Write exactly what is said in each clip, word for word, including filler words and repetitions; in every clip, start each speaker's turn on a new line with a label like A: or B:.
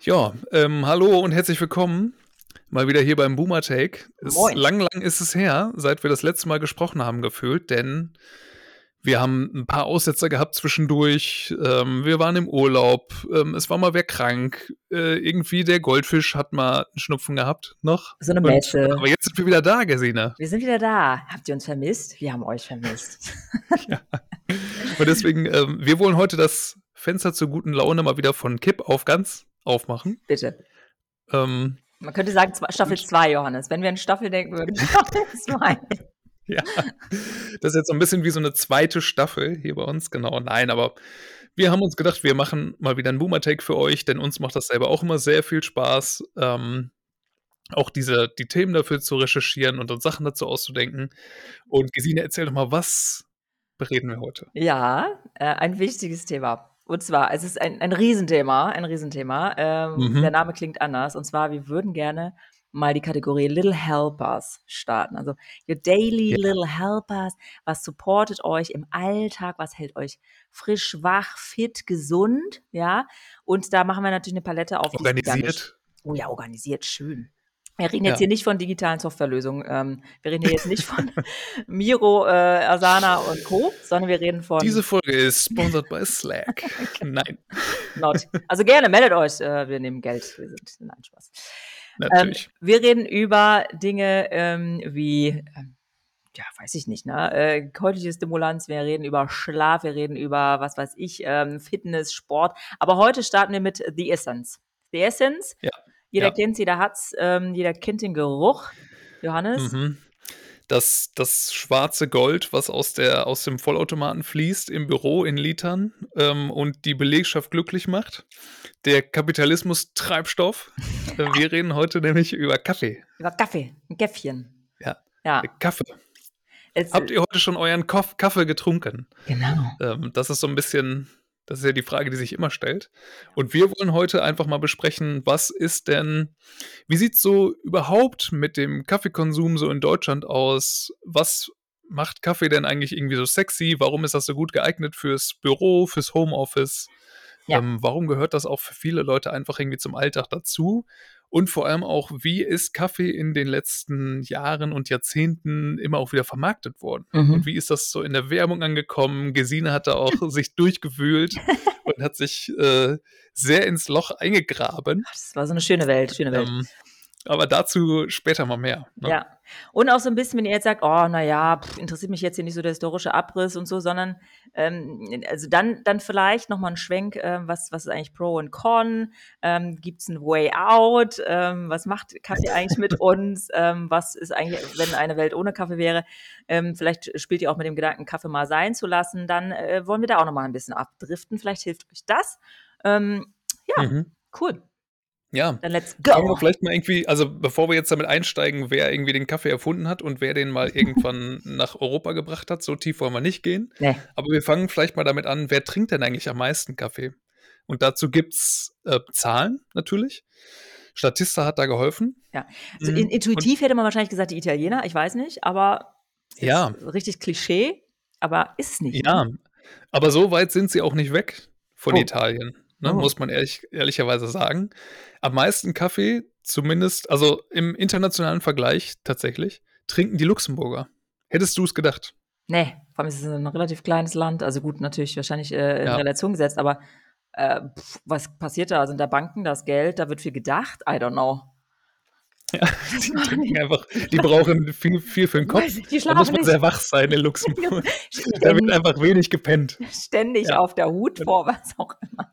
A: Ja, ähm, hallo und herzlich willkommen mal wieder hier beim Boomer Take. Es
B: Moin.
A: lang, lang ist es her, seit wir das letzte Mal gesprochen haben gefühlt, denn wir haben ein paar Aussetzer gehabt zwischendurch. Ähm, wir waren im Urlaub, ähm, es war mal wer krank, äh, irgendwie der Goldfisch hat mal 'n Schnupfen gehabt noch
B: So 'ne
A: und
B: Messe.
A: aber jetzt sind wir wieder da, Gesine.
B: Wir sind wieder da. Habt ihr uns vermisst? Wir haben euch vermisst.
A: Ja. Und deswegen, ähm, wir wollen heute das Fenster zur guten Laune mal wieder von Kipp auf ganz aufmachen.
B: Bitte.
A: Ähm,
B: Man könnte sagen, zwe Staffel
A: und
B: zwei, Johannes. Wenn wir an Staffel denken würden, Staffel zwei.
A: Ja, das ist jetzt so 'n bisschen wie so 'ne zweite Staffel hier bei uns, genau. Nein, aber wir haben uns gedacht, wir machen mal wieder 'n Boomer Take für euch, denn uns macht das selber auch immer sehr viel Spaß, ähm, auch diese die Themen dafür zu recherchieren und uns Sachen dazu auszudenken. Und Gesine, erzähl doch mal, was bereden wir heute?
B: Ja, äh, ein wichtiges Thema. Und zwar, es ist ein ein Riesenthema ein Riesenthema. Ähm, der
A: Mhm.
B: Name klingt anders. Und zwar, wir würden gerne mal die Kategorie Little Helpers starten. Also, your daily
A: Ja.
B: little helpers. Was supportet euch im Alltag? Was hält euch frisch, wach, fit, gesund, ja? Und da machen wir natürlich 'ne Palette auf, die es gar nicht
A: Organisiert.
B: oh ja, organisiert, schön. Wir reden jetzt
A: Ja.
B: hier nicht von digitalen Softwarelösungen. Ähm, wir reden hier jetzt nicht von Miro, äh, Asana und Co., sondern wir reden
A: Diese
B: von
A: Folge ist sponsored by Slack. Nein.
B: Not. Also, gerne, meldet euch, äh, wir nehmen Geld. Wir sind nein, Spaß. Ähm,
A: Natürlich.
B: wir reden über Dinge, ähm, wie, ähm, ja, weiß ich nicht, ne, äh, käufliche Stimulanz, wir reden über Schlaf, wir reden über, was weiß ich, ähm, Fitness, Sport. Aber heute starten wir mit The Essence. The Essence,
A: Ja,
B: jeder
A: ja.
B: kennt's, jeder hat's, ähm, jeder kennt den Geruch. Johannes?
A: Mhm. Das das schwarze Gold, was aus der aus dem Vollautomaten fließt im Büro in Litern, ähm, und die Belegschaft glücklich macht. Der Kapitalismus Treibstoff. Äh, wir reden heute nämlich über Kaffee.
B: Über Kaffee, 'n Käffchen.
A: Ja, äh,
B: Ja.
A: Kaffee.
B: Es
A: Habt ihr heute schon euren Koff Kaffee getrunken?
B: Genau.
A: Ähm, das ist so 'n bisschen das ist ja die Frage, die sich immer stellt. Und wir wollen heute einfach mal besprechen, was ist denn wie sieht's so überhaupt mit dem Kaffeekonsum so in Deutschland aus? Was macht Kaffee denn eigentlich irgendwie so sexy? Warum ist das so gut geeignet fürs Büro, fürs Homeoffice?
B: Ja.
A: Ähm, warum gehört das auch für viele Leute einfach irgendwie zum Alltag dazu? Und vor allem auch, wie ist Kaffee in den letzten Jahren und Jahrzehnten immer auch wieder vermarktet worden? Und
B: Mhm.
A: wie ist das so in der Werbung angekommen? Gesine hat da auch sich durchgewühlt und hat sich, äh, sehr ins Loch eingegraben.
B: Das war so 'ne schöne Welt schöne Welt.
A: Ähm, aber dazu später mal mehr, ne?
B: Ja. Und auch so 'n bisschen, wenn ihr jetzt sagt: „Oh, na ja, interessiert mich jetzt hier nicht so der historische Abriss und so“, sondern, ähm, also, dann dann vielleicht noch mal 'n Schwenk, äh, was was ist eigentlich Pro und Con? Ähm, gibt's 'n Way out? Ähm, was macht Kaffee eigentlich mit uns? Ähm, was ist eigentlich, wenn eine Welt ohne Kaffee wäre? Ähm, vielleicht spielt ihr auch mit dem Gedanken, Kaffee mal sein zu lassen. Dann, äh, wollen wir da auch noch mal 'n bisschen abdriften. Vielleicht hilft euch das. Ähm, ja,
A: Mhm.
B: cool.
A: Ja,
B: Dann let's
A: fangen wir
B: go.
A: vielleicht mal irgendwie also, bevor wir jetzt damit einsteigen, wer irgendwie den Kaffee erfunden hat und wer den mal irgendwann nach Europa gebracht hat, so tief wollen wir nicht gehen.
B: Ne.
A: Aber wir fangen vielleicht mal damit an, wer trinkt denn eigentlich am meisten Kaffee? Und dazu gibt's, äh, Zahlen natürlich. Statista hat da geholfen.
B: Ja. So in
A: Hm, und
B: intuitiv hätte man wahrscheinlich gesagt, die Italiener, ich weiß nicht, aber ist jetzt
A: Ja.
B: richtig Klischee, aber ist es nicht, ne?
A: Ja, aber so weit sind sie auch nicht weg von
B: Oh.
A: Italien, ne,
B: Oh.
A: muss man ehrlich ehrlicherweise sagen. Am meisten Kaffee, zumindest also, im internationalen Vergleich tatsächlich, trinken die Luxemburger. Hättest du's gedacht?
B: Ne, vor allem ist es 'n relativ kleines Land. Also, gut, natürlich wahrscheinlich, äh, in
A: Ja.
B: Relation gesetzt, aber, äh, was passiert da? Sind da Banken, da ist Geld, da wird viel gedacht? I don't know.
A: Ja, die trinken einfach die brauchen viel viel für 'n
B: Weiß
A: Kopf.
B: ich die
A: Da muss
B: schlafen
A: man
B: nicht.
A: sehr wach sein in Luxemburg. Da wird
B: Ständig
A: einfach wenig gepennt.
B: ständig
A: Ja.
B: auf der Hut
A: Und
B: vor was auch immer.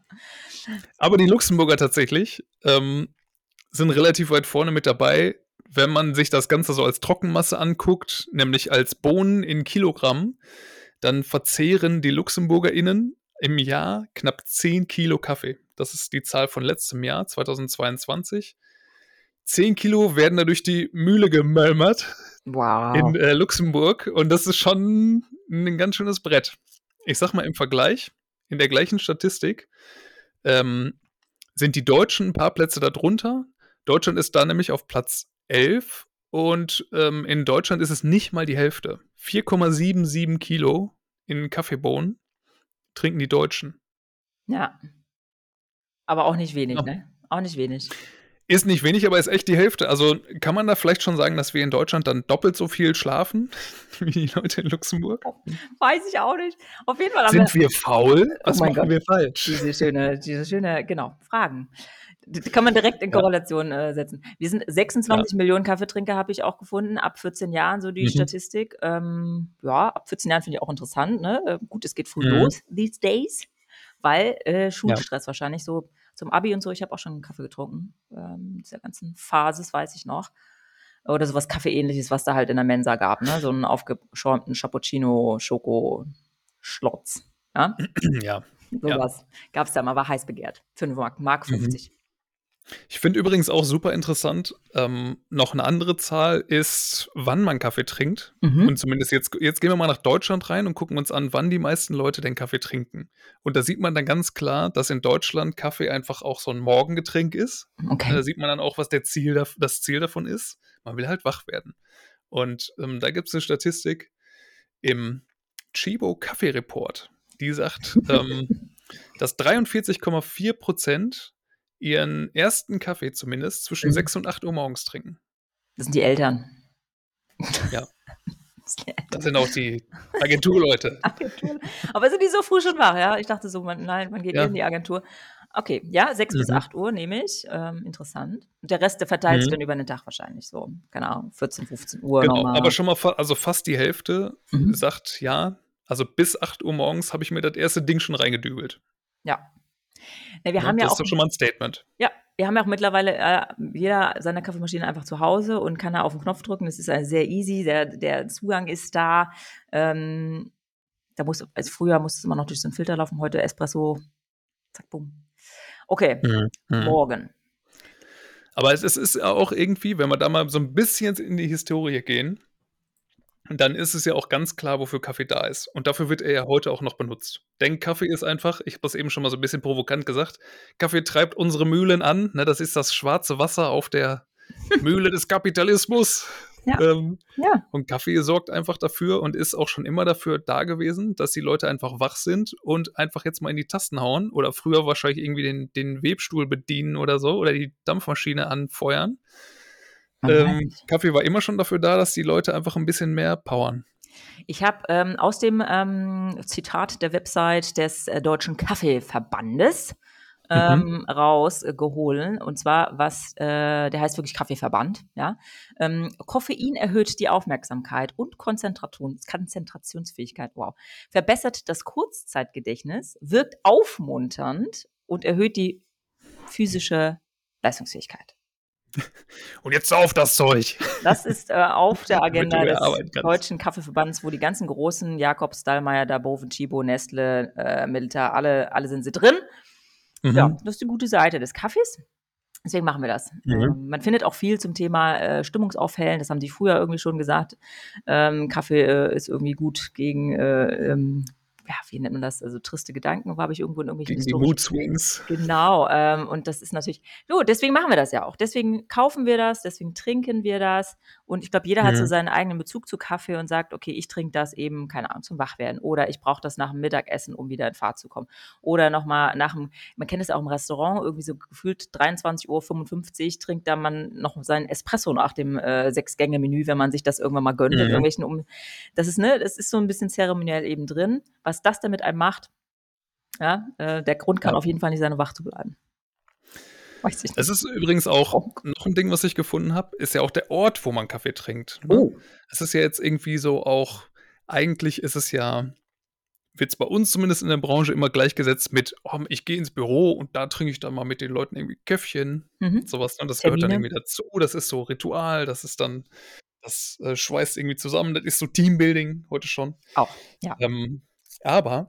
A: Aber die Luxemburger tatsächlich, ähm, sind relativ weit vorne mit dabei, wenn man sich das Ganze so als Trockenmasse anguckt, nämlich als Bohnen in Kilogramm, dann verzehren die LuxemburgerInnen im Jahr knapp zehn Kilo Kaffee. Das ist die Zahl von letztem Jahr, zweitausendzweiundzwanzig. zehn Kilo werden da durch die Mühle gemölmert in,
B: Wow.
A: äh, Luxemburg und das ist schon 'nen ganz schönes Brett. Ich sage mal im Vergleich, in der gleichen Statistik, ähm, sind die Deutschen 'n paar Plätze da drunter. Deutschland ist da nämlich auf Platz elf und, ähm, in Deutschland ist es nicht mal die Hälfte. vier Komma siebenundsiebzig Kilo in Kaffeebohnen trinken die Deutschen.
B: Ja. Aber auch nicht wenig,
A: Ja.
B: ne? auch nicht wenig.
A: Ist nicht wenig, aber ist echt die Hälfte. Also kann man da vielleicht schon sagen, dass wir in Deutschland dann doppelt so viel schlafen wie die Leute in Luxemburg?
B: Weiß ich auch nicht. Auf jeden Fall haben
A: Sind wir faul?
B: Oh
A: Was
B: mein
A: machen
B: Gott.
A: wir falsch?
B: Diese schöne, diese schöne, genau, Fragen. Die die kann man direkt in
A: Ja.
B: Korrelation äh, setzen. Wir sind sechsundzwanzig
A: Ja.
B: Millionen Kaffeetrinker, habe ich auch gefunden, ab vierzehn Jahren, so die
A: Mhm.
B: Statistik. Ähm, ja, ab vierzehn Jahren finde ich auch interessant, ne? Äh, gut, es geht früh
A: Mhm.
B: los these days, weil äh,
A: Ja.
B: Schulstress wahrscheinlich so zum Abi und so. Ich habe auch schon einen Kaffee getrunken, ähm, dieser ganzen Phase, das weiß ich noch. Oder sowas Kaffeeähnliches, was da halt in der Mensa gab, ne? So einen aufgeschäumten Cappuccino, Schoko, Schlotz, ja?
A: Ja. Ja.
B: Sowas gab's da mal, war heiß begehrt. fünf Mark, Mark
A: Mhm.
B: fünfzig.
A: Ich finde übrigens auch super interessant, ähm, noch eine andere Zahl ist, wann man Kaffee trinkt.
B: Mhm.
A: Und zumindest jetzt jetzt gehen wir mal nach Deutschland rein und gucken uns an, wann die meisten Leute denn Kaffee trinken. Und da sieht man dann ganz klar, dass in Deutschland Kaffee einfach auch so 'n Morgengetränk ist.
B: Okay.
A: Da sieht man dann auch, was der Ziel daf das Ziel davon ist. Man will halt wach werden. Und, ähm, da gibt's 'ne Statistik im Chibo Kaffee Report, die sagt, ähm, dass dreiundvierzig Komma vier Prozent ihren ersten Kaffee zumindest zwischen
B: Mhm.
A: sechs und acht Uhr morgens trinken.
B: Das sind die Eltern.
A: Ja.
B: Das sind die Eltern.
A: Das sind auch die Agenturleute.
B: Agentur. Aber sind die so früh schon wach, ja? Ich dachte so, man nein, man geht eh
A: Ja.
B: in die Agentur. Okay, ja, sechs bis
A: Mhm.
B: acht Uhr nehme ich. Ähm, interessant. Und der Rest, der verteilt sich
A: Mhm.
B: dann über den Tag wahrscheinlich so, keine Ahnung, vierzehn, fünfzehn Uhr
A: Genau,
B: nochmal.
A: aber schon mal fa also fast die Hälfte
B: Mhm.
A: sagt: „Ja, also bis acht Uhr morgens habe ich mir das erste Ding schon reingedübelt.“
B: Ja. Ne, wir
A: Ne,
B: haben ja
A: das ist
B: auch
A: doch schon mal 'n Statement.
B: ja, wir haben ja auch mittlerweile, äh, jeder seine Kaffeemaschine einfach zu Hause und kann da auf 'n Knopf drücken. Das ist also sehr easy, der der Zugang ist da. Ähm, da musst du also früher musstest du immer noch durch so 'n Filter laufen, heute Espresso, zack, bum. Okay,
A: Mhm. Mhm.
B: morgen.
A: Aber es es ist ja auch irgendwie, wenn wir da mal so 'n bisschen in die Historie gehen, dann ist es ja auch ganz klar, wofür Kaffee da ist. Und dafür wird er ja heute auch noch benutzt. Denn Kaffee ist einfach ich habe das eben schon mal so 'n bisschen provokant gesagt, Kaffee treibt unsere Mühlen an, ne? Das ist das schwarze Wasser auf der Mühle des Kapitalismus.
B: Ja.
A: Ähm,
B: Ja.
A: und Kaffee sorgt einfach dafür und ist auch schon immer dafür da gewesen, dass die Leute einfach wach sind und einfach jetzt mal in die Tasten hauen oder früher wahrscheinlich irgendwie den den Webstuhl bedienen oder so oder die Dampfmaschine anfeuern.
B: Man weiß
A: Ähm,
B: nicht.
A: Kaffee war immer schon dafür da, dass die Leute einfach 'n bisschen mehr powern.
B: Ich habe, ähm, aus dem, ähm, Zitat der Website des, äh, Deutschen Kaffeeverbandes,
A: Mhm.
B: ähm, rausgeholen. Und zwar, was äh, der heißt wirklich Kaffeeverband, ja. Ähm, Koffein erhöht die Aufmerksamkeit und Konzentratun Konzentrationsfähigkeit, wow, verbessert das Kurzzeitgedächtnis, wirkt aufmunternd und erhöht die physische Leistungsfähigkeit.
A: Und jetzt sauf das Zeug.
B: Das ist, äh, auf der
A: Damit du
B: Agenda
A: mehr
B: des
A: arbeiten kannst.
B: Deutschen Kaffeeverbands, wo die ganzen großen Jacobs, Dallmayr, Dabove, Chibo, Nestle, äh, Milita, alle alle sind sie drin. Ja,
A: Mhm.
B: das ist die gute Seite des Kaffees. Deswegen machen wir das.
A: Mhm.
B: Ähm, man findet auch viel zum Thema, äh, Stimmungsaufhellen. Das haben die früher irgendwie schon gesagt. Ähm, Kaffee, äh, ist irgendwie gut gegen, äh, ähm, ja, wie nennt man das? Also triste Gedanken, habe ich irgendwo in irgendwelchen
A: Gegen die
B: historischen
A: Mood Swings.
B: Genau, ähm, und das ist natürlich so, deswegen machen wir das ja auch. Deswegen kaufen wir das, deswegen trinken wir das. Und ich glaube, jeder hat so
A: Mhm.
B: seinen eigenen Bezug zu Kaffee und sagt: „Okay, ich trinke das eben, keine Ahnung, zum Wachwerden oder ich brauche das nach'm Mittagessen, um wieder in Fahrt zu kommen.“ Oder noch mal nach'm man kennt es ja auch im Restaurant, irgendwie so gefühlt dreiundzwanzig Uhr fünfundfünfzig trinkt da man noch seinen Espresso nach dem, äh, Sechs-Gänge-Menü, wenn man sich das irgendwann mal gönnt in
A: Mhm.
B: irgendwelchen um das ist ne, das ist so 'n bisschen zeremoniell eben drin. Was das denn mit einem macht ja, äh, der Grund kann
A: Ja.
B: auf jeden Fall nicht sein, um wach zu bleiben. Weiß ich
A: Es
B: nicht.
A: ist übrigens auch
B: Gronk.
A: noch 'n Ding, was ich gefunden habe, ist ja auch der Ort, wo man Kaffee trinkt, ne?
B: Oh.
A: Es ist ja jetzt irgendwie so auch eigentlich ist es ja wird's bei uns zumindest in der Branche immer gleichgesetzt mit: „Oh, ich gehe ins Büro und da trinke ich dann mal mit den Leuten irgendwie Käffchen.“
B: Mhm.
A: So was, ne? Das gehört dann
B: Termine.
A: irgendwie dazu. Das ist so Ritual, das ist dann das, äh, schweißt irgendwie zusammen. Das ist so Teambuilding heute schon.
B: Auch, ja.
A: Ähm, aber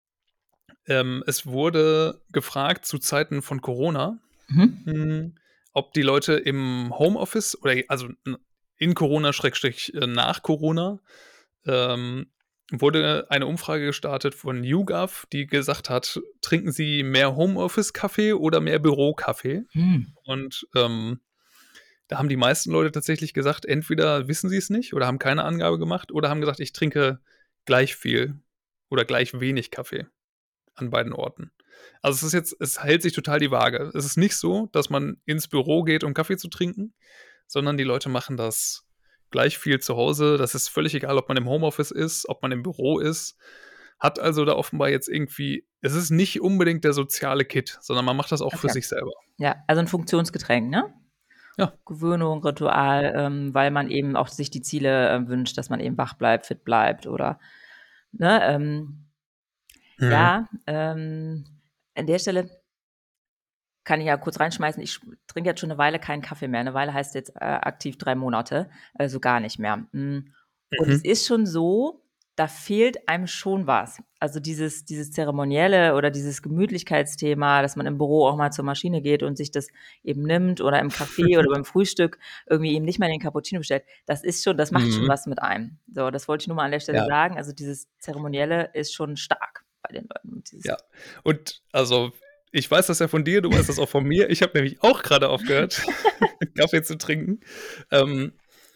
A: ähm, es wurde gefragt zu Zeiten von Corona,
B: Mhm.
A: hm, ob die Leute im Homeoffice oder also n in Corona Schrägstrich, äh, nach Corona, ähm, wurde eine Umfrage gestartet von YouGov, die gesagt hat: „Trinken Sie mehr Homeoffice-Kaffee oder mehr Bürokaffee?“
B: Hm.
A: Und, ähm, da haben die meisten Leute tatsächlich gesagt, entweder wissen sie's nicht oder haben keine Angabe gemacht oder haben gesagt: „Ich trinke gleich viel oder gleich wenig Kaffee.“ an beiden Orten. Also, es ist jetzt es hält sich total die Waage. Es ist nicht so, dass man ins Büro geht, um Kaffee zu trinken, sondern die Leute machen das gleich viel zu Hause. Das ist völlig egal, ob man im Homeoffice ist, ob man im Büro ist. Hat also da offenbar jetzt irgendwie es ist nicht unbedingt der soziale Kit, sondern man macht das auch für
B: Okay.
A: sich selber.
B: Ja, also 'n Funktionsgetränk, ne?
A: Ja.
B: Gewöhnung, Ritual, ähm, weil man eben auch sich die Ziele, äh, wünscht, dass man eben wach bleibt, fit bleibt oder ne, ähm
A: Mhm.
B: ja, ähm, an der Stelle kann ich ja kurz reinschmeißen, ich sch trinke jetzt schon 'ne Weile keinen Kaffee mehr. 'Ne Weile heißt jetzt, äh, aktiv drei Monate, also gar nicht mehr. Hm, und es
A: Mhm.
B: ist schon so, da fehlt einem schon was. Also dieses dieses Zeremonielle oder dieses Gemütlichkeitsthema, dass man im Büro auch mal zur Maschine geht und sich das eben nimmt oder im Café oder beim Frühstück irgendwie eben nicht mehr den Cappuccino bestellt. Das ist schon das macht schon
A: Mhm.
B: was mit einem. So, das wollte ich nur mal an der Stelle
A: Ja.
B: sagen. Also dieses Zeremonielle ist schon stark bei den Leuten und dieses
A: Ja. Und also, ich weiß das ja von dir, du weißt das auch von mir. Ich habe nämlich auch grade aufgehört, Kaffee zu trinken, ähm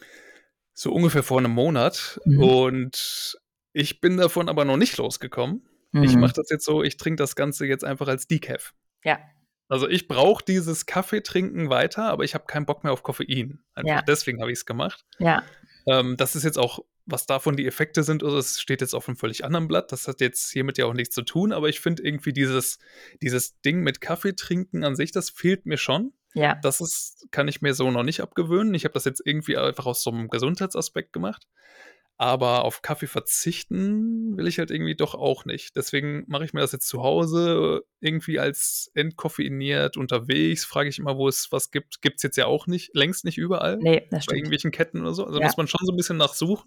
A: so ungefähr vor 'nem Monat
B: Mhm.
A: und ich bin davon aber noch nicht losgekommen. Ich
B: Mhm.
A: mache das jetzt so, ich trinke das Ganze jetzt einfach als Decaf.
B: Ja.
A: Also, ich brauche dieses Kaffeetrinken weiter, aber ich habe keinen Bock mehr auf Koffein. Einfach
B: Ja.
A: deswegen habe ich's gemacht.
B: Ja.
A: Ähm, das ist jetzt auch was davon die Effekte sind oder es steht jetzt auf 'nem völlig anderen Blatt. Das hat jetzt hiermit ja auch nichts zu tun, aber ich finde irgendwie dieses dieses Ding mit Kaffeetrinken an sich, das fehlt mir schon.
B: Ja.
A: Das ist kann ich mir so noch nicht abgewöhnen. Ich habe das jetzt irgendwie einfach aus so 'nem Gesundheitsaspekt gemacht. Aber auf Kaffee verzichten will ich halt irgendwie doch auch nicht. Deswegen mache ich mir das jetzt zu Hause irgendwie als entkoffeiniert unterwegs, frage ich immer, wo es was gibt. Gibt's jetzt ja auch nicht längst nicht überall
B: Ne, das
A: bei
B: stimmt.
A: irgendwelchen Ketten oder so. Also,
B: Ja.
A: muss man schon so 'n bisschen nach suchen,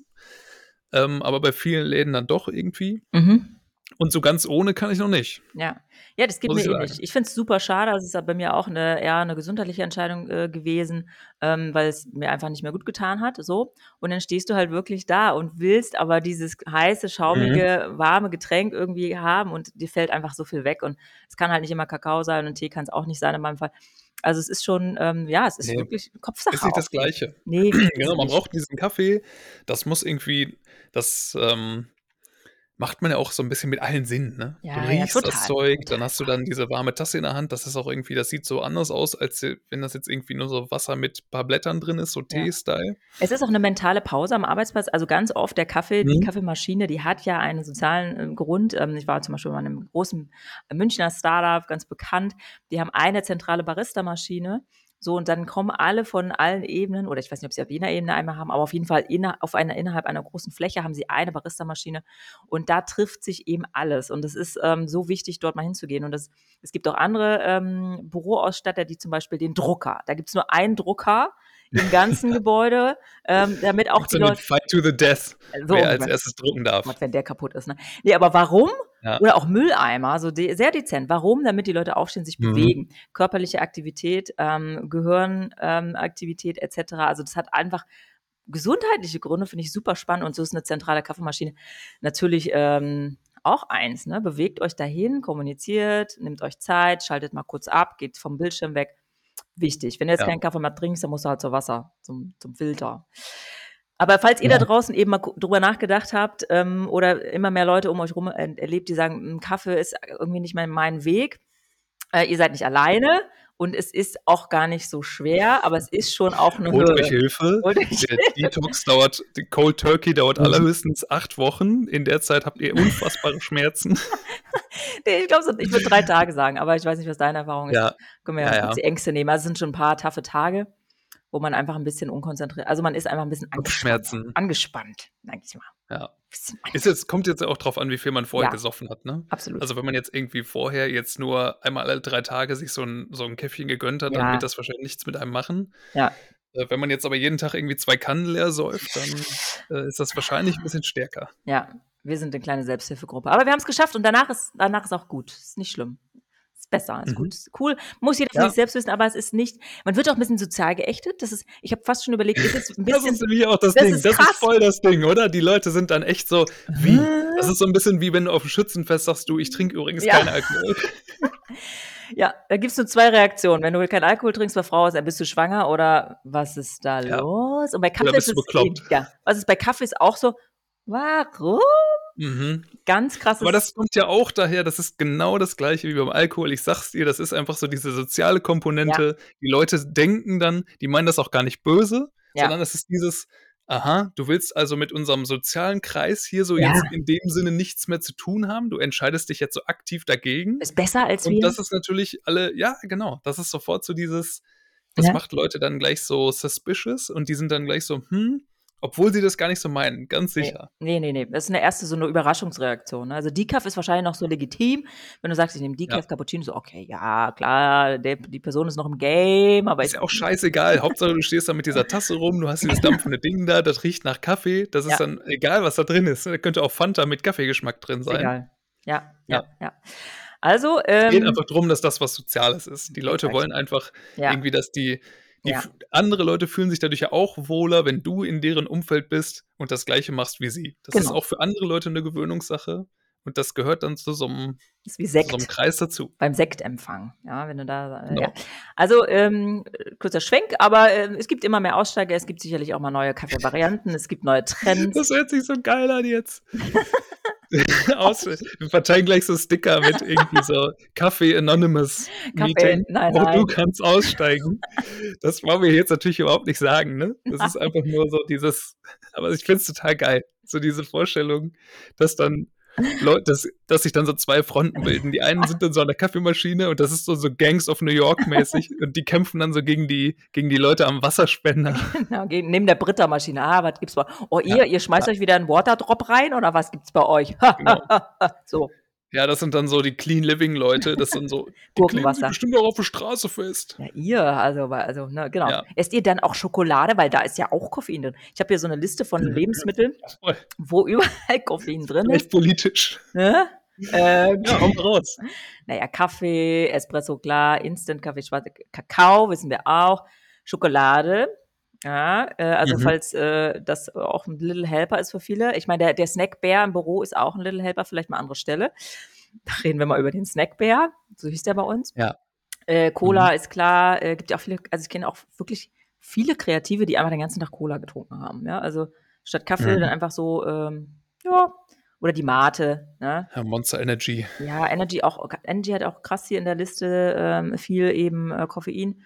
A: ähm, aber bei vielen Läden dann doch irgendwie.
B: Mhm.
A: Und so ganz ohne kann ich noch nicht.
B: Ja. Ja, das geht
A: Muss
B: mir
A: ich
B: ähnlich.
A: sagen.
B: Ich finde es super schade. Also, es ist ja bei mir auch 'ne eher 'ne gesundheitliche Entscheidung, äh, gewesen, ähm, weil es mir einfach nicht mehr gut getan hat, so. Und dann stehst du halt wirklich da und willst aber dieses heiße,
A: Mhm.
B: schaumige, warme Getränk irgendwie haben und dir fällt einfach so viel weg. Und es kann halt nicht immer Kakao sein und Tee kann's auch nicht sein in meinem Fall. Also, es ist schon, ähm ja, es ist
A: Ne,
B: wirklich
A: ist
B: Kopfsache
A: nicht
B: auch
A: das
B: viel.
A: Gleiche.
B: Ne, ist
A: Genau,
B: es
A: man
B: nicht.
A: braucht diesen Kaffee. Das muss irgendwie das, ähm, macht man ja auch so 'n bisschen mit allen Sinnen, ne? Du
B: Ja, ja,
A: riechst das
B: total,
A: Zeug, dann
B: total.
A: hast du dann diese warme Tasse in der Hand. Das ist auch irgendwie das sieht so anders aus, als äh, wenn das jetzt irgendwie nur so Wasser mit paar Blättern drin ist, so
B: Ja.
A: Tee-Style.
B: Es ist auch 'ne mentale Pause am Arbeitsplatz. Also, ganz oft der Kaffee die
A: Mhm.
B: Kaffeemaschine, die hat ja einen sozialen, ähm, Grund. Ähm, ich war zum Beispiel bei 'nem großen Münchner Start-up, ganz bekannt. Die haben eine zentrale Baristamaschine. So, und dann kommen alle von allen Ebenen oder ich weiß nicht, ob sie auf jeder Ebene eine haben, aber auf jeden Fall inner auf einer innerhalb einer großen Fläche haben sie eine Baristamaschine und da trifft sich eben alles. Und es ist, ähm, so wichtig, dort mal hinzugehen. Und es es gibt auch andere, ähm, Büroausstatter, die zum Beispiel den Drucker. Da gibt's nur einen Drucker im ganzen
A: Ja.
B: Gebäude, ähm, damit auch
A: Gibt's
B: die
A: dann den
B: Leut
A: Fight to the Death,
B: so
A: wer als
B: ungefähr.
A: Erstes drucken darf.
B: Gott, wenn der kaputt ist, ne? Ne, aber warum?
A: Ja.
B: Oder auch Mülleimer, so de sehr dezent. Warum? Damit die Leute aufstehen, sich
A: Mhm.
B: bewegen. Körperliche Aktivität, ähm, Gehirn ähm, Aktivität et cetera. Also, das hat einfach gesundheitliche Gründe, finde ich super spannend und so ist 'ne zentrale Kaffeemaschine natürlich, ähm, auch eins, ne? Bewegt euch dahin, kommuniziert, nehmt euch Zeit, schaltet mal kurz ab, geht vom Bildschirm weg. Wichtig. Wenn du jetzt
A: Ja.
B: keinen Kaffee mehr trinkst, dann musst du halt zur Wasser zum zum Filter. Aber falls ihr da
A: Ja.
B: draußen eben mal ku drüber nachgedacht habt, ähm, oder immer mehr Leute um euch rum er erlebt, die sagen: „Hm, Kaffee ist irgendwie nicht mehr mein Weg.“ Äh, ihr seid nicht alleine und es ist auch gar nicht so schwer, aber es ist schon auch 'ne
A: Holt euch
B: Hürde.
A: Hilfe.
B: Holt euch
A: Der
B: Hilfe.
A: Detox dauert die Cold Turkey dauert
B: Mhm.
A: allerhöchstens acht Wochen. In der Zeit habt ihr unfassbare Schmerzen.
B: Ne, ich glaube so ich würde drei Tage sagen, aber ich weiß nicht, was deine Erfahrung ist.
A: Ja.
B: Können wir ja
A: Ja,
B: uns
A: ja.
B: die Ängste nehmen. Also, es sind schon 'n paar toughe Tage, wo man einfach 'n bisschen unkonzentri also, man ist einfach 'n bisschen angespannter.
A: Kopfschmerzen.
B: Angespannt, sage ich mal.
A: Ja.
B: Bisschen
A: Ist
B: angespannt.
A: jetzt kommt jetzt auch drauf an, wie viel man vorher
B: Ja,
A: gesoffen hat, ne?
B: absolut.
A: Also, wenn man jetzt irgendwie vorher jetzt nur einmal alle drei Tage sich so 'n so 'n Käffchen gegönnt hat, dann wird
B: Ja.
A: das wahrscheinlich nichts mit einem machen.
B: Ja.
A: Äh, wenn man jetzt aber jeden Tag irgendwie zwei Kannen leer säuft, dann, äh, ist das wahrscheinlich 'n bisschen stärker.
B: Ja, wir sind 'ne kleine Selbsthilfegruppe. Aber wir haben's geschafft und danach ist danach ist auch gut. Ist nicht schlimm. Ist besser, ist gut,
A: Mhm.
B: ist cool. Muss jeder für sich
A: Ja.
B: selbst wissen, aber es ist nicht man wird auch 'n bisschen sozial geächtet. Das ist ich habe fast schon überlegt, ist es 'n
A: Das ist
B: bisschen
A: nämlich auch das
B: das
A: Ding.
B: ist
A: Das ist
B: krass.
A: voll das Ding, oder? Die Leute sind dann echt so: „Wie?“ Das
B: Hä?
A: ist so 'n bisschen wie wenn du auf'm Schützenfest sagst: „Du, ich trinke übrigens
B: Ja.
A: keinen Alkohol.“
B: Ja, da gibt's nur zwei Reaktionen. Wenn du keinen Alkohol trinkst bei Frau ist, dann bist du schwanger oder was ist da
A: Ja.
B: los? Und bei
A: Oder
B: Kaffee ist
A: bist du
B: es
A: bekloppt?
B: ähn ja. Was ist bei Kaffee ist auch so: „Warum?“
A: Mhm.
B: Ganz krasses
A: Aber das kommt ja auch daher, das ist genau das Gleiche wie beim Alkohol. Ich sage es dir, das ist einfach so diese soziale
B: Ja.
A: Komponente. Die Leute denken dann, die meinen das auch gar nicht böse,
B: Ja.
A: sondern es ist dieses: „Aha, du willst also mit unserem sozialen Kreis hier so
B: Ja.
A: jetzt in dem Sinne nichts mehr zu tun haben. Du entscheidest dich jetzt so aktiv dagegen.“
B: Ist besser als
A: Und
B: wir.
A: das ist natürlich alle ja, genau. Das ist sofort so dieses das
B: Ja.
A: macht Leute dann gleich so suspicious und die sind dann gleich so: „Hm“, obwohl sie das gar nicht so meinen, ganz
B: Ne,
A: sicher.
B: ne, ne, ne. Das ist 'ne erste so 'ne Überraschungsreaktion, ne? Also, Decaf ist wahrscheinlich noch so legitim, wenn du sagst: „Ich nehme
A: Ja.
B: Decaf Cappuccino“, so: „Okay, ja, klar, der die Person ist noch im Game, aber
A: Ist
B: ich“
A: ja auch scheißegal. Hauptsache, du stehst da mit dieser Tasse rum, du hast dieses dampfende Ding da, das riecht nach Kaffee. Das ist
B: Ja.
A: dann egal, was da drin ist. Da könnte auch Fanta mit Kaffeegeschmack drin
B: Ist
A: sein.
B: egal. Ja, ja,
A: Ja.
B: ja. Also,
A: Es geht
B: ähm
A: einfach drum, dass das was Soziales ist. Die Leute
B: Exakt.
A: wollen einfach
B: Ja.
A: irgendwie, dass die die
B: Ja.
A: f andere Leute fühlen sich dadurch ja auch wohler, wenn du in deren Umfeld bist und das Gleiche machst wie sie. Das ist
B: Genau.
A: auch für andere Leute 'ne Gewöhnungssache und das gehört dann zu so 'm
B: Ist wie
A: zu so 'm
B: Sekt
A: Kreis dazu.
B: beim Sektempfang, ja, wenn du da äh, ja.
A: Genau.
B: Also, ähm, kurzer Schwenk, aber, ähm, es gibt immer mehr Aussteiger. Es gibt sicherlich auch mal neue Kaffeevarianten. Es gibt neue Trends.
A: Das hört sich so geil an jetzt. Aus wir verteilen gleich so Sticker mit irgendwie so Kaffee Anonymous
B: Kaffee
A: Meeting.
B: nein,
A: Auch du
B: nein.
A: kannst aussteigen. Das wollen wir jetzt natürlich überhaupt nicht sagen, ne? Das ist
B: Nein.
A: einfach nur so dieses aber ich finde es total geil, so diese Vorstellung, dass dann Leut dass dass sich dann so zwei Fronten bilden. Die einen sind dann so an der Kaffeemaschine und das ist so so Gangs of New York mäßig und die kämpfen dann so gegen die gegen die Leute am Wasserspender.
B: Genau, ge neben der Brita-Maschine. „Ah, was gibt's bei oh,
A: Ja,
B: ihr ihr
A: ja.
B: schmeißt euch wieder 'n Waterdrop rein oder was gibt's bei euch?“
A: Genau.
B: So.
A: Ja, das sind dann so die Clean Living Leute. Das sind so: „Die kleben sich
B: Gurkenwasser.
A: bestimmt auch auf der Straße fest.“
B: Ja, ihr, also wa also, ne, genau.
A: Ja.
B: Esst ihr dann auch Schokolade, weil da ist ja auch Koffein drin. Ich habe hier so 'ne Liste von Lebensmitteln,
A: Ja, voll.
B: wo überall Koffein drin ist,
A: Vielleicht politisch.
B: ne? Ähm,
A: Ja, hau mal raus.
B: na ja, Kaffee, Espresso, klar, Instant-Kaffee, schwarzer K Kakao, wissen wir auch, Schokolade, ja, äh, also,
A: Mhm.
B: falls, äh, das auch 'n Little Helper ist für viele. Ich meine, der der Snackbär im Büro ist auch 'n Little Helper, vielleicht mal andere Stelle. Reden wir mal über den Snackbär, so hieß der bei uns.
A: Ja.
B: Äh,
A: Mhm.
B: Cola ist klar, äh, gibt ja auch viele also, ich kenne auch wirklich viele Kreative, die einfach den ganzen Tag Cola getrunken haben, ja? Also, statt Kaffee dann
A: Mhm.
B: einfach so, ähm ja, oder die Mate, ne?
A: Ja, Monster Energy.
B: Ja, Energy auch Energy hat auch krass hier in der Liste, ähm, viel eben, äh, Koffein.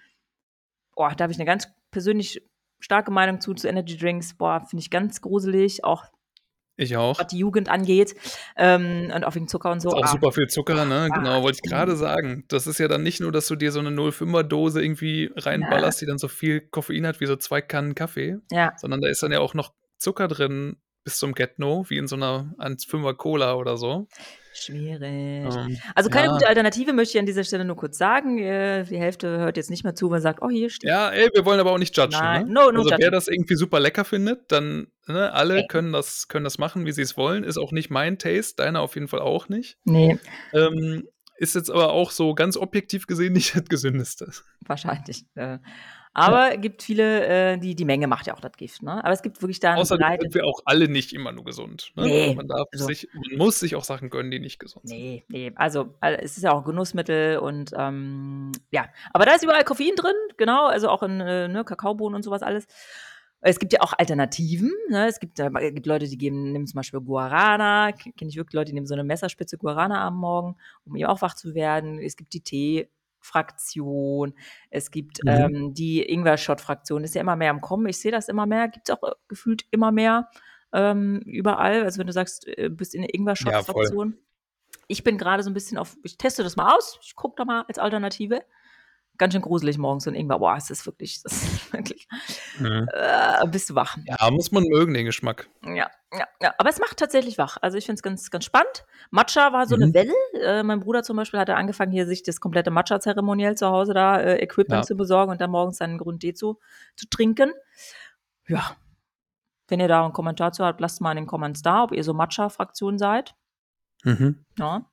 B: Boah, da habe ich 'ne ganz persönlich starke Meinung zu, zu Energy Drinks. Boah, finde ich ganz gruselig, auch
A: Ich
B: was
A: auch.
B: die Jugend angeht, ähm, und auch wegen Zucker und
A: Ist
B: so.
A: auch
B: Ah,
A: super viel Zucker, ne? Genau, wollte ich grade
B: Wahnsinn.
A: sagen. Das ist ja dann nicht nur, dass du dir so 'ne null Fünfer Dose irgendwie
B: Ja.
A: reinballerst, die dann so viel Koffein hat wie so zwei Kannen Kaffee,
B: Ja.
A: sondern da ist dann ja auch noch Zucker drin bis zum Get-No, wie in so 'ner eins Fünfer Cola oder so.
B: Schwierig.
A: Ähm,
B: Also, keine
A: ja.
B: gute Alternative, möchte ich an dieser Stelle nur kurz sagen. Äh, die Hälfte hört jetzt nicht mehr zu, weil sie sagt: „Oh, hier steht“
A: Ja, ey, wir wollen aber auch nicht judgen,
B: Nein,
A: ne?
B: no no
A: Also, wer
B: judging.
A: das irgendwie super lecker findet, dann ne, alle
B: Ne.
A: können das können das machen, wie sie's wollen. Ist auch nicht mein Taste, deiner auf jeden Fall auch nicht.
B: Ne.
A: Ähm, ist jetzt aber auch so ganz objektiv gesehen nicht das Gesündeste.
B: Wahrscheinlich, äh,
A: Ja.
B: aber gibt viele, äh die die Menge macht ja auch das Gift, ne? Aber es gibt wirklich da 'ne
A: Außerdem
B: breite
A: sind wir auch alle nicht immer nur gesund, ne?
B: Ne,
A: Man darf
B: also
A: sich man muss sich auch Sachen gönnen, die nicht gesund sind.
B: Ne, ne, also, al es ist ja auch 'n Genussmittel und, ähm, ja. Aber da ist überall Koffein drin, genau, also, auch in, äh, ne, Kakaobohnen und so was alles. Es gibt ja auch Alternativen, ne? Es gibt, ähm gibt Leute, die geben nehmen zum Beispiel Guarana, k kenne ich wirklich Leute, die nehmen so 'ne Messerspitze Guarana am Morgen, um eben auch wach zu werden. Es gibt die Tee-Fraktion. Es gibt,
A: Mhm.
B: ähm, die Ingwer-Shot-Fraktion, ist ja immer mehr im Kommen. Ich sehe das immer mehr, gibt's auch, äh, gefühlt immer mehr, ähm, überall. Also, wenn du sagst, äh, bist in der
A: Ja, voll.
B: Ingwer-Shot-Fraktion. Ich bin grade so 'n bisschen auf ich teste das mal aus. Ich gucke da mal als Alternative. Ganz schön gruselig morgens so 'n Ingwer. Boah, es ist wirklich das ist wirklich
A: Mhm.
B: äh, bist du wach.
A: Ja, muss man mögen, den Geschmack.
B: Ja, ja, ja. Aber es macht tatsächlich wach. Also, ich finde es ganz, ganz spannend. Matcha war so 'ne
A: Mhm.
B: Welle. Äh, mein Bruder zum Beispiel hatte angefangen, hier sich das komplette Matcha-Zeremoniell zu Hause da, äh, Equipment
A: Ja.
B: zu besorgen und dann morgens seinen grünen Tee zu zu trinken. Ja. Wenn ihr da 'n Kommentar zu habt, lasst mal in den Comments da, ob ihr so Matcha-Fraktion seid.
A: Mhm.
B: Ja.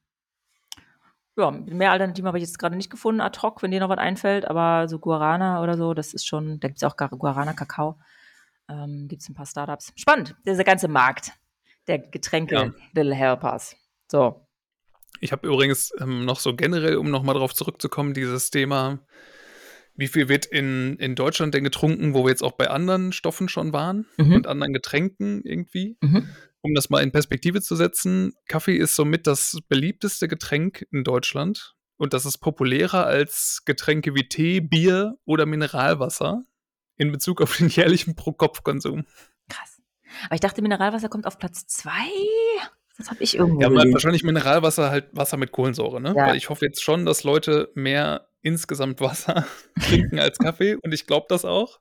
B: Ja, mehr Alternativen habe ich jetzt grade nicht gefunden ad hoc, wenn dir noch was einfällt, aber so Guarana oder so, das ist schon da gibt's ja auch Gar Guarana-Kakao. Ähm, gibt's 'n paar Start-ups. Spannend, dieser ganze Markt der
A: Ja.
B: Getränke Little Helpers. So.
A: Ich habe übrigens, ähm, noch so generell, um noch mal drauf zurückzukommen, dieses Thema wie viel wird in in Deutschland denn getrunken, wo wir jetzt auch bei anderen Stoffen schon waren und
B: Mhm.
A: anderen Getränken irgendwie?
B: Mhm.
A: Um das mal in Perspektive zu setzen, Kaffee ist somit das beliebteste Getränk in Deutschland und das ist populärer als Getränke wie Tee, Bier oder Mineralwasser in Bezug auf den jährlichen Pro-Kopf-Konsum.
B: Krass. Aber ich dachte, Mineralwasser kommt auf Platz zwei. Das habe ich irgendwo
A: Ja, man
B: gelesen.
A: wahrscheinlich Mineralwasser halt Wasser mit Kohlensäure, ne?
B: Ja.
A: Weil ich hoffe jetzt schon, dass Leute mehr insgesamt Wasser trinken als Kaffee und ich glaube das auch.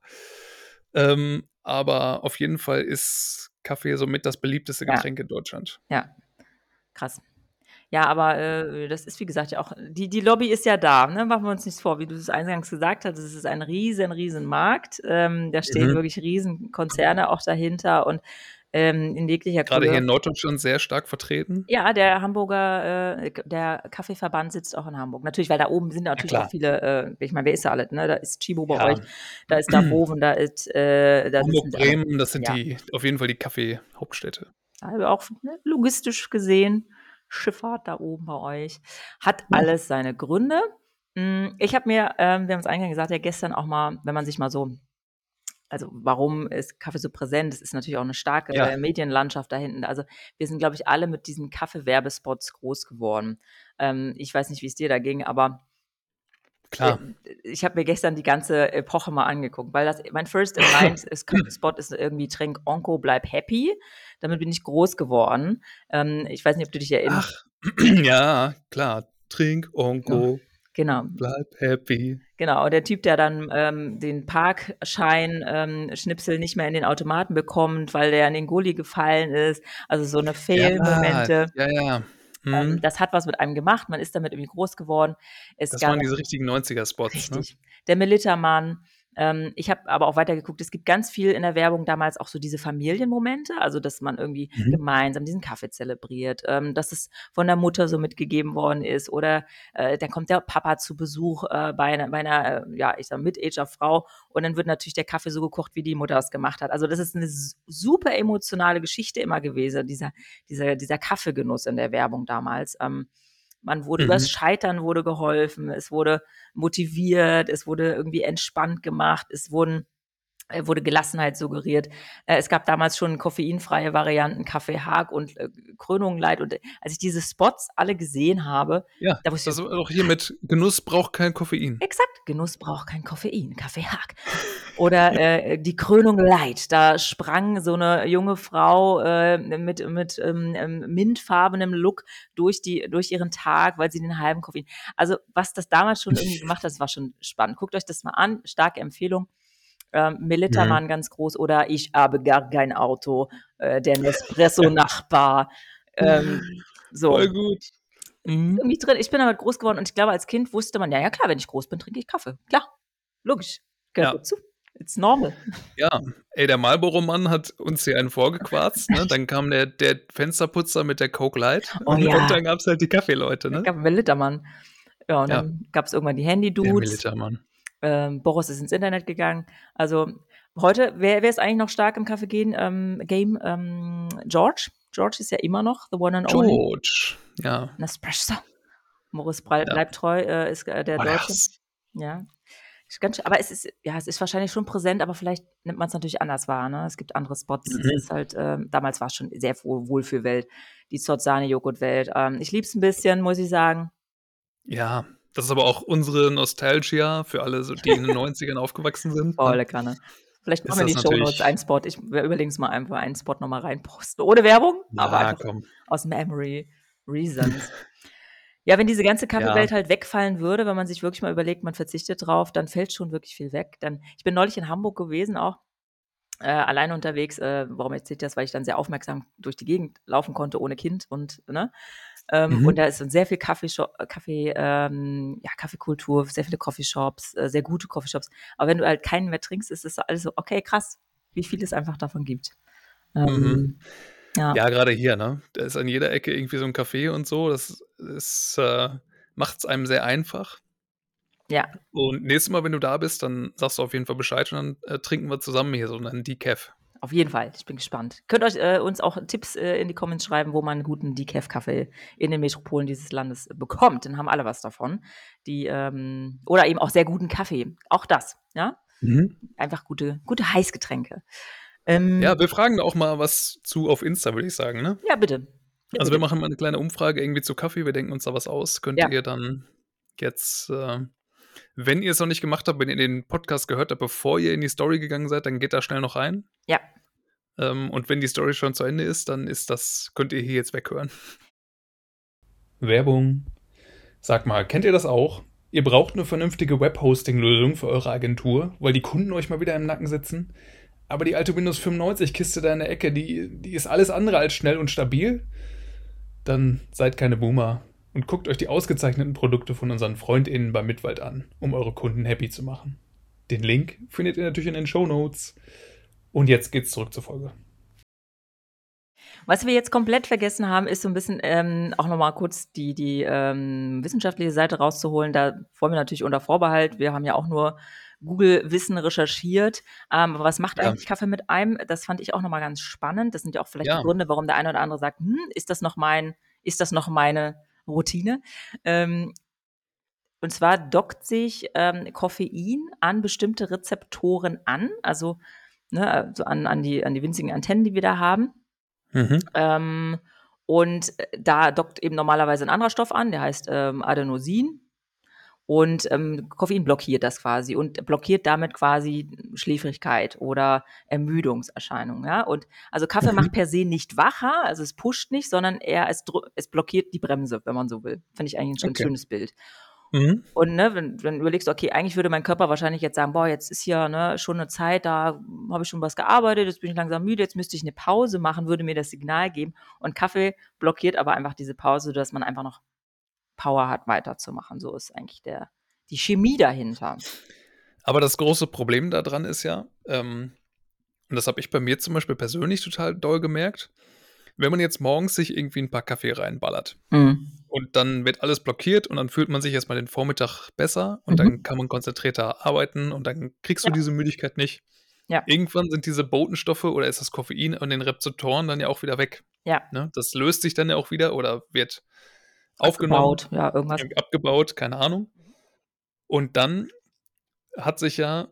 A: Ähm, aber auf jeden Fall ist Kaffee somit das beliebteste
B: Ja.
A: Getränk in Deutschland.
B: Ja. Krass. Ja, aber, äh, das ist, wie gesagt, ja auch die die Lobby ist ja da, ne? Machen wir uns nichts vor. Wie du es eingangs gesagt hattest, es ist ein riesen, riesen Markt. Ähm, da stehen
A: Mhm.
B: wirklich Riesenkonzerne auch dahinter und, ähm, in jeglicher
A: Grade hier
B: Couleur.
A: in Norddeutschland sehr stark vertreten.
B: Ja, der Hamburger, äh, K der Kaffeeverband sitzt auch in Hamburg. Natürlich, weil da oben sind
A: Ja
B: natürlich auch
A: klar.
B: viele, äh ich meine, wer ist da alles, ne? Da ist Tchibo bei euch,
A: Ja.
B: da ist Davoven, da ist, äh da
A: Hamburg,
B: sitzen sie alle.
A: Bremen, das sind
B: Ja.
A: die auf jeden Fall die Kaffee-Hauptstädte.
B: Also auch, ne, logistisch gesehen, Schifffahrt da oben bei euch, hat
A: Ja.
B: alles seine Gründe. Hm, ich habe mir, ähm, wir haben's eingangs gesagt, ja gestern auch mal, wenn man sich mal so also warum ist Kaffee so präsent? Es ist natürlich auch 'ne starke,
A: Ja.
B: äh, Medienlandschaft da hinten. Also, wir sind, glaube ich, alle mit diesen Kaffee-Werbespots groß geworden. Ähm, ich weiß nicht, wie's dir da ging, aber äh,
A: Klar.
B: ich habe mir gestern die ganze Epoche mal angeguckt, weil das mein First in Mind ist Kaffeespot ist irgendwie: „Trink Onko, bleib happy.“ Damit bin ich groß geworden. Ähm, ich weiß nicht, ob du dich erinnerst.
A: Ach, ja, klar. Trink
B: Genau.
A: Onko,
B: Genau.
A: bleib happy.
B: Genau, und der Typ, der dann, ähm, den Parkschein ähm, Schnipsel nicht mehr in den Automaten bekommt, weil der in den Gully gefallen ist. Also, so 'ne
A: Ja,
B: Fail-Momente.
A: ja, ja.
B: Ähm,
A: Mhm.
B: das hat was mit einem gemacht. Man ist damit irgendwie groß geworden. Es
A: Das
B: gab
A: waren diese richtigen Neunziger-Spots, ne?
B: richtig. Der Melitta-Mann. Ähm, ich habe aber auch weiter geguckt. Es gibt ganz viel in der Werbung damals auch so diese Familienmomente, also, dass man irgendwie
A: Mhm.
B: gemeinsam diesen Kaffee zelebriert, ähm, dass es von der Mutter so mitgegeben worden ist oder, äh, dann kommt der Papa zu Besuch, äh, bei 'ner bei 'ner, äh, ja, ich sage Mid-Ager-Frau und dann wird natürlich der Kaffee so gekocht, wie die Mutter es gemacht hat. Also, das ist 'ne s super emotionale Geschichte immer gewesen, dieser dieser dieser Kaffeegenuss in der Werbung damals. Ähm, man wurde übers
A: Mhm.
B: Scheitern wurde geholfen, es wurde motiviert, es wurde irgendwie entspannt gemacht, es wurden äh, wurde Gelassenheit suggeriert. Äh, es gab damals schon koffeinfreie Varianten, Kaffee Haag und, äh, Krönung Light und, äh, als ich diese Spots alle gesehen habe,
A: Ja,
B: da wusste ich
A: das
B: so:
A: war auch hier mit Genuss braucht kein Koffein.
B: Exakt, Genuss braucht kein Koffein, Kaffee Haag. Oder, äh, die Krönung Light, da sprang so 'ne junge Frau, äh, mit mit, ähm, ähm, mintfarbenem Look durch die durch ihren Tag, weil sie den halben Koffein also, was das damals schon irgendwie gemacht hat, das war schon spannend. Guckt euch das mal an, starke Empfehlung. Ähm,
A: Mhm.
B: Melitta-Mann ganz groß oder „Ich habe gar kein Auto“, äh, der Nespresso-Nachbar. Ähm, so.
A: Voll gut.
B: Ist
A: Mhm.
B: irgendwie drin. Ich bin damit groß geworden und ich glaube, als Kind wusste man: „Ja, ja klar, wenn ich groß bin, trinke ich Kaffee. Klar, logisch, gehört
A: Ja.
B: dazu. It's normal.“
A: Ja, ey, der Marlboro-Mann hat uns hier einen vorgequarzt, ne? Dann kam der der Fensterputzer mit der Coke Light
B: Oh
A: und und
B: ja.
A: dann gab's halt die Kaffeeleute,
B: Es
A: ne?
B: gab 'n Melitta-Mann. Ja, und
A: Ja.
B: dann gab's irgendwann die
A: Der
B: Handy-Dudes.
A: Melitta-Mann.
B: Ähm, Boris ist ins Internet gegangen. Also, heute wer wer ist eigentlich noch stark im Kaffee gehen ähm, Game? Ähm, George. George ist ja immer noch the one and only.
A: George, ja.
B: Nespresso. Maurice brei
A: Ja.
B: bleibt treu, äh, ist, äh, der
A: Oh, der
B: Deutsche.
A: ist
B: Ja. Ist ganz sch aber es ist ja, es ist wahrscheinlich schon präsent, aber vielleicht nimmt man's natürlich anders wahr, ne? Es gibt andere Spots. Es
A: Mhm.
B: ist halt, ähm damals war's schon sehr wohl Wohlfühlwelt, die Zott-Sahne-Joghurt-Welt. Ähm, ich liebe es 'n bisschen, muss ich sagen.
A: Ja, das ist aber auch unsere Nostalgia für alle so, die in den Neunzigern aufgewachsen sind, ne?
B: Volle Kanne. Vielleicht machen
A: Ist
B: wir in
A: das
B: die Shownotes
A: natürlich
B: einen Spot. Ich wir überlegen uns mal einfach einen Spot noch mal rein posten. Ohne Werbung, aber
A: Ja,
B: einfach
A: komm.
B: aus Memory Reasons. Ja, wenn diese ganze
A: Ja.
B: Kaffeewelt halt wegfallen würde, wenn man sich wirklich mal überlegt, man verzichtet drauf, dann fällt schon wirklich viel weg. Dann ich bin neulich in Hamburg gewesen auch, äh, alleine unterwegs. Äh, warum erzähle ich das? Weil ich dann sehr aufmerksam durch die Gegend laufen konnte ohne Kind und ne? Ähm, und
A: Mhm.
B: da ist dann sehr viel Kaffeesho Kaffee ähm, ja, Kaffeekultur, sehr viele Coffeeshops, äh, sehr gute Coffeeshops. Aber wenn du halt keinen mehr trinkst, ist das alles so: „Okay, krass, wie viel es einfach davon gibt.“
A: Mhm.
B: Ähm, ja.
A: Ja, grade hier, ne? Da ist an jeder Ecke irgendwie so 'n Café und so. Das ist, äh macht's einem sehr einfach.
B: Ja.
A: Und nächstes Mal, wenn du da bist, dann sagst du auf jeden Fall Bescheid und dann, äh, trinken wir zusammen hier so 'nen Decaf.
B: Auf jeden Fall, ich bin gespannt. Könnt euch äh, uns auch Tipps äh, in die Comments schreiben, wo man guten Decaf-Kaffee in den Metropolen dieses Landes bekommt. Dann haben alle was davon. Die, ähm, oder eben auch sehr guten Kaffee. Auch das, ja.
A: Mhm.
B: Einfach gute, gute Heißgetränke.
A: Ja,
B: Ähm,
A: wir fragen da auch mal was zu auf Insta, würde ich sagen, ne?
B: ja, bitte. Ja,
A: Also wir
B: bitte.
A: machen mal eine kleine Umfrage irgendwie zu Kaffee. Wir denken uns da was aus. Könnt
B: Ja.
A: ihr dann jetzt, äh, wenn ihr es noch nicht gemacht habt, wenn ihr den Podcast gehört habt, bevor ihr in die Story gegangen seid, dann geht da schnell noch rein.
B: Ja.
A: Ähm, und wenn die Story schon zu Ende ist, dann ist das, könnt ihr hier jetzt weghören. Werbung. Sag mal, kennt ihr das auch? Ihr braucht eine vernünftige Webhosting-Lösung für eure Agentur, weil die Kunden euch mal wieder im Nacken sitzen. Aber die alte Windows fünfundneunzig-Kiste da in der Ecke, die, die ist alles andere als schnell und stabil. Dann seid keine Boomer und guckt euch die ausgezeichneten Produkte von unseren FreundInnen bei Mitwald an, um eure Kunden happy zu machen. Den Link findet ihr natürlich in den Shownotes. Und jetzt geht's zurück zur Folge.
B: Was wir jetzt komplett vergessen haben, ist so ein bisschen ähm, auch noch mal kurz die die, ähm, wissenschaftliche Seite rauszuholen. Da wollen wir natürlich unter Vorbehalt. Wir haben ja auch nur Google-Wissen recherchiert. Ähm, aber was macht
A: Ja,
B: eigentlich Kaffee mit einem? Das fand ich auch noch mal ganz spannend. Das sind ja auch vielleicht die
A: ja.
B: Gründe, warum der eine oder andere sagt: „Hm, ist das noch mein ist das noch meine Routine?“ Ähm, und zwar dockt sich, ähm, Koffein an bestimmte Rezeptoren an, also, ne, also an an die an die winzigen Antennen, die wir da haben.
A: Mhm.
B: Ähm, und, äh, da dockt eben normalerweise ein anderer Stoff an, der heißt, ähm, Adenosin. Und, ähm, Koffein blockiert das quasi und blockiert damit quasi Schläfrigkeit oder Ermüdungserscheinungen, ja? Und also Kaffee
A: Mhm.
B: macht per se nicht wacher, also es pusht nicht, sondern eher es drü es blockiert die Bremse, wenn man so will. Finde ich eigentlich 'n ganz
A: Okay.
B: schönes Bild.
A: Mhm.
B: Und, ne, wenn wenn du überlegst, okay, eigentlich würde mein Körper wahrscheinlich jetzt sagen: „Boah, jetzt ist hier, ne, schon 'ne Zeit, da habe ich schon was gearbeitet, jetzt bin ich langsam müde, jetzt müsste ich 'ne Pause machen“, würde mir das Signal geben. Und Kaffee blockiert aber einfach diese Pause, sodass man einfach noch Power hat, weiterzumachen. So ist eigentlich der die Chemie dahinter.
A: Aber das große Problem daran ist ja, ähm, und das habe ich bei mir zum Beispiel persönlich total doll gemerkt, wenn man jetzt morgens sich irgendwie ein paar Kaffee reinballert
B: Mhm.
A: und dann wird alles blockiert und dann fühlt man sich erst mal den Vormittag besser und dann
B: Mhm.
A: kann man konzentrierter arbeiten und dann kriegst du
B: Ja,
A: diese Müdigkeit nicht.
B: ja,
A: Irgendwann sind diese Botenstoffe oder ist das Koffein an den Rezeptoren dann ja auch wieder weg,
B: ja.
A: ne? Das löst sich dann ja auch wieder oder wird aufgenommen,
B: Abgebaut, ja, irgendwas.
A: äh, abgebaut, keine Ahnung. Und dann hat sich ja,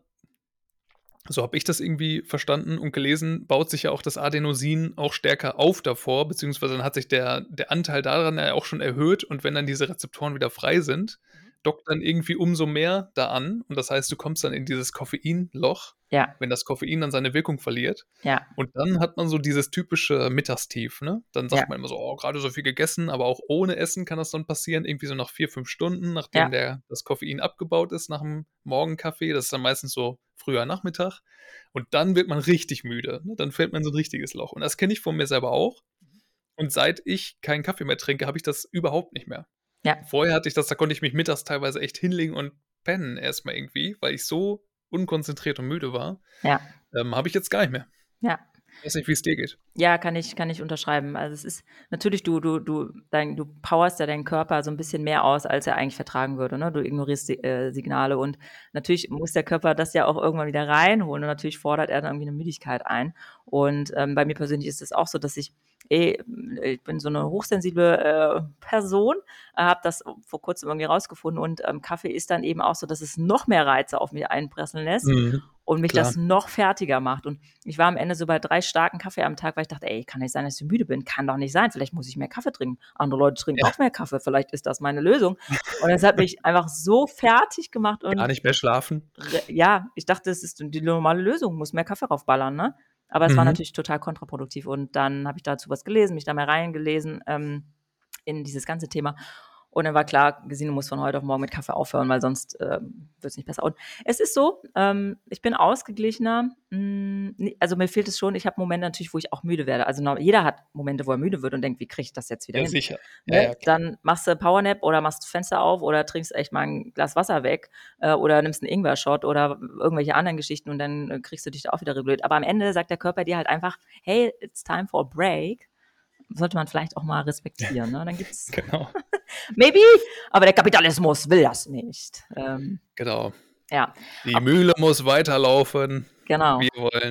A: so habe ich das irgendwie verstanden und gelesen, baut sich ja auch das Adenosin auch stärker auf davor, beziehungsweise dann hat sich der der Anteil daran ja auch schon erhöht und wenn dann diese Rezeptoren wieder frei sind,
B: Mhm.
A: dockt dann irgendwie umso mehr da an und das heißt, du kommst dann in dieses Koffeinloch,
B: Ja,
A: wenn das Koffein dann seine Wirkung verliert
B: ja,
A: und dann hat man so dieses typische Mittagstief, ne? Dann
B: ja,
A: sagt man immer so: „Oh, grade so viel gegessen“, aber auch ohne Essen kann das dann passieren, irgendwie so nach vier fünf Stunden, nachdem
B: ja,
A: der das Koffein abgebaut ist nach'm Morgenkaffee. Das ist dann meistens so früher Nachmittag. Und dann wird man richtig müde, ne? Dann fällt man in so 'n richtiges Loch. Und das kenne ich von mir selber auch. Und seit ich keinen Kaffee mehr trinke, habe ich das überhaupt nicht mehr.
B: ja,
A: Vorher hatte ich das, da konnte ich mich mittags teilweise echt hinlegen und pennen erst mal irgendwie, weil ich so unkonzentriert und müde war.
B: ja,
A: Ähm, habe ich jetzt gar nicht mehr.
B: ja.
A: Weiß nicht, wie's dir geht.
B: Ja, kann ich kann ich unterschreiben. Also, es ist natürlich, du du du dein du powerst ja deinen Körper so 'n bisschen mehr aus, als er eigentlich vertragen würde, ne? Du ignorierst Si äh, Signale und natürlich muss der Körper das ja auch irgendwann wieder reinholen und natürlich fordert er dann irgendwie 'ne Müdigkeit ein. Und, ähm, bei mir persönlich ist es auch so, dass ich eh ich bin so 'ne hochsensible, äh, Person, äh, habe das vor Kurzem irgendwie rausgefunden und, ähm, Kaffee ist dann eben auch so, dass es noch mehr Reize auf mich einprasseln lässt
A: Mhm.
B: und mich
A: Klar.
B: das noch fertiger macht. Und ich war am Ende so bei drei starken Kaffee am Tag, weil ich dachte: „Ey, kann nicht sein, dass ich so müde bin. Kann doch nicht sein. Vielleicht muss ich mehr Kaffee trinken. Andere Leute trinken
A: Ja.
B: auch mehr Kaffee. Vielleicht ist das meine Lösung.“ Und das hat mich einfach so fertig gemacht
A: Gar
B: und
A: nicht mehr schlafen.
B: re ja, ich dachte, es ist die normale Lösung, muss mehr Kaffee raufballern, ne? Aber es war
A: Mhm.
B: natürlich total kontraproduktiv und dann habe ich dazu was gelesen, mich da mehr reingelesen, ähm, in dieses ganze Thema. Und dann war klar, Gesine muss von heute auf morgen mit Kaffee aufhören, weil sonst, ähm, wird's nicht besser. Und es ist so, ähm, ich bin ausgeglichener. Hm, ne, also, mir fehlt es schon, ich habe Momente natürlich, wo ich auch müde werde. Also, nor jeder hat Momente, wo er müde wird und denkt: „Wie kriege ich das jetzt wieder
A: Ja,
B: hin?“
A: sicher. Ja,
B: Ne?
A: ja, klar.
B: Dann machst du Powernap oder machst Fenster auf oder trinkst echt mal 'n Glas Wasser weg, äh, oder nimmst 'n Ingwer-Shot oder irgendwelche anderen Geschichten und dann, äh, kriegst du dich da auch wieder reguliert. Aber am Ende sagt der Körper dir halt einfach: „Hey, it's time for a break.“ Sollte man vielleicht auch mal respektieren, ne? Dann gibt's
A: Genau,
B: maybe, aber der Kapitalismus will das nicht. Ähm,
A: genau.
B: ja,
A: Die
B: ab
A: Mühle muss weiterlaufen.
B: genau.
A: Wir wollen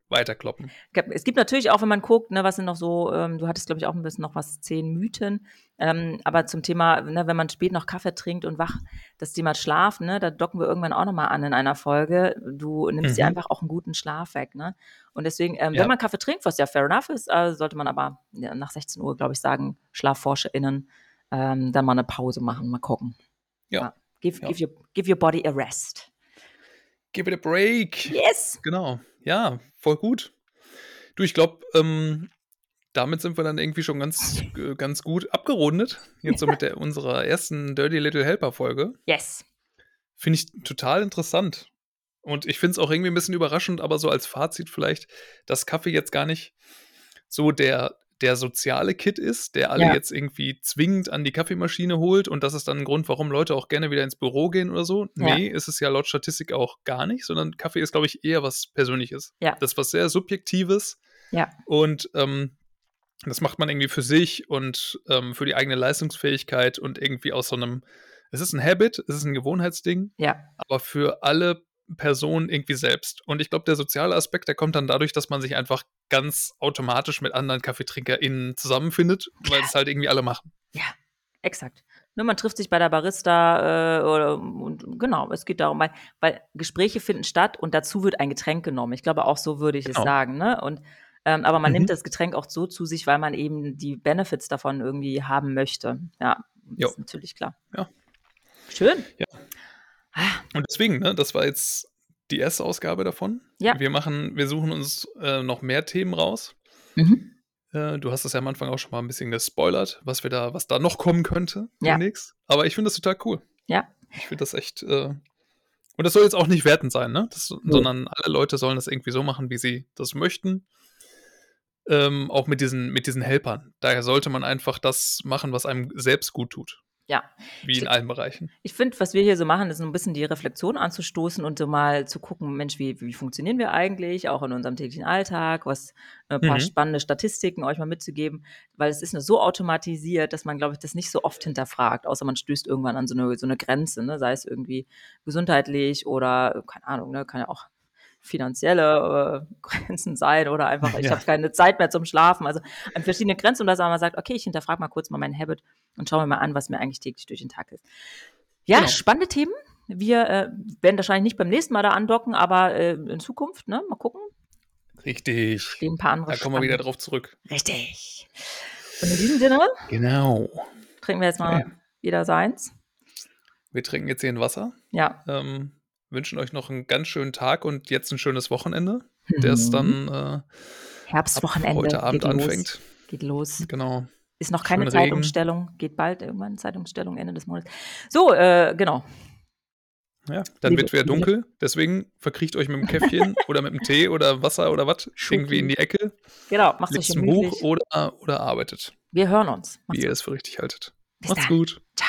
A: weiterkloppen.
B: Es gibt natürlich auch, wenn man guckt, ne, was sind noch so, ähm, du hattest, glaube ich, auch ein bisschen noch was, zehn Mythen, ähm, aber zum Thema, ne, wenn man spät noch Kaffee trinkt und wach, das Thema Schlaf, ne, da docken wir irgendwann auch nochmal an in einer Folge. Du nimmst dir
A: Mhm.
B: einfach auch einen guten Schlaf weg, ne? Und deswegen, ähm, wenn
A: Ja.
B: man Kaffee trinkt, was ja fair enough ist, äh, sollte man aber ja, nach sechzehn Uhr, glaube ich, sagen, SchlafforscherInnen, ähm, dann mal eine Pause machen, mal gucken.
A: Ja.
B: Give,
A: Ja.
B: give, your, give your body a rest.
A: Give it a break.
B: Yes!
A: Genau. Ja, voll gut. Du, ich glaube, ähm, damit sind wir dann irgendwie schon ganz, äh, ganz gut abgerundet. Jetzt so mit der, unserer ersten Dirty Little Helper-Folge.
B: Yes.
A: Finde ich total interessant. Und ich finde es auch irgendwie ein bisschen überraschend, aber so als Fazit vielleicht, dass Kaffee jetzt gar nicht so der, der soziale Kit ist, der alle
B: Ja.
A: jetzt irgendwie zwingend an die Kaffeemaschine holt und das ist dann ein Grund, warum Leute auch gerne wieder ins Büro gehen oder so.
B: Ja.
A: Nee, ist es ja laut Statistik auch gar nicht, sondern Kaffee ist, glaube ich, eher was Persönliches.
B: Ja.
A: Das ist was sehr Subjektives
B: Ja.
A: und ähm, das macht man irgendwie für sich und ähm, für die eigene Leistungsfähigkeit und irgendwie aus so einem, es ist ein Habit, es ist ein Gewohnheitsding,
B: Ja.
A: aber für alle Personen irgendwie selbst. Und ich glaube, der soziale Aspekt, der kommt dann dadurch, dass man sich einfach ganz automatisch mit anderen KaffeetrinkerInnen zusammenfindet, weil es halt irgendwie alle machen.
B: Ja, exakt. Ne, man trifft sich bei der Barista äh, oder, und genau, es geht darum, weil, weil Gespräche finden statt und dazu wird ein Getränk genommen. Ich glaube, auch so würde ich
A: Genau.
B: es sagen. Ne? Und, ähm, aber man
A: Mhm.
B: nimmt das Getränk auch so zu sich, weil man eben die Benefits davon irgendwie haben möchte. Ja, das
A: Jo.
B: ist natürlich klar.
A: Ja.
B: Schön.
A: Ja. Und deswegen, ne, das war jetzt die erste Ausgabe davon.
B: Ja.
A: Wir machen, wir suchen uns äh, noch mehr Themen raus.
B: Mhm.
A: Äh, du hast das ja am Anfang auch schon mal ein bisschen gespoilert, was wir da, was da noch kommen könnte
B: Ja.
A: demnächst. Aber ich finde das total cool.
B: Ja.
A: Ich finde das echt. Äh, und das soll jetzt auch nicht wertend sein, ne? Das,
B: Nee.
A: sondern alle Leute sollen das irgendwie so machen, wie sie das möchten. Ähm, auch mit diesen, mit diesen Helpern. Daher sollte man einfach das machen, was einem selbst gut tut.
B: Ja.
A: Wie in allen Bereichen.
B: Ich finde, was wir hier so machen, ist so ein bisschen die Reflexion anzustoßen und so mal zu gucken, Mensch, wie, wie funktionieren wir eigentlich, auch in unserem täglichen Alltag, was ein paar
A: Mhm.
B: spannende Statistiken euch mal mitzugeben, weil es ist nur so automatisiert, dass man, glaube ich, das nicht so oft hinterfragt, außer man stößt irgendwann an so eine, so eine Grenze, ne? Sei es irgendwie gesundheitlich oder, keine Ahnung, ne? Kann ja auch finanzielle äh, Grenzen sein oder einfach, ich
A: Ja.
B: habe keine Zeit mehr zum Schlafen. Also an verschiedene Grenzen und dass man sagt, okay, ich hinterfrage mal kurz mal mein Habit und schaue mir mal an, was mir eigentlich täglich durch den Tag ist. Ja,
A: Genau.
B: spannende Themen. Wir äh, werden wahrscheinlich nicht beim nächsten Mal da andocken, aber äh, in Zukunft, ne? Mal gucken.
A: Richtig.
B: Stehen ein paar andere
A: Da kommen wir wieder
B: spannende-
A: drauf zurück.
B: Richtig. Und in diesem Sinne
A: Genau.
B: trinken wir jetzt mal
A: Okay.
B: jeder seins.
A: Wir trinken jetzt hier ein Wasser.
B: Ja.
A: Ähm, wünschen euch noch einen ganz schönen Tag und jetzt ein schönes Wochenende, das
B: Mhm.
A: dann äh, ab
B: Herbstwochenende
A: heute Abend
B: geht los.
A: anfängt.
B: Geht los.
A: Genau.
B: Ist noch keine
A: Schön Regen.
B: Zeitumstellung. Geht bald irgendwann Zeitumstellung, Ende des Monats. So, äh, genau.
A: Ja, dann
B: Liebe-
A: wird wieder
B: liebe-
A: dunkel, deswegen verkriecht euch mit dem Käffchen oder mit dem Tee oder Wasser oder was irgendwie in die Ecke,
B: Genau, macht's euch
A: lest ein Buch
B: gemütlich.
A: oder, oder arbeitet,
B: Wir hören uns.
A: wie
B: Macht's
A: ihr
B: gut.
A: es für richtig haltet.
B: Bis
A: Macht's
B: dann.
A: gut.
B: Ciao.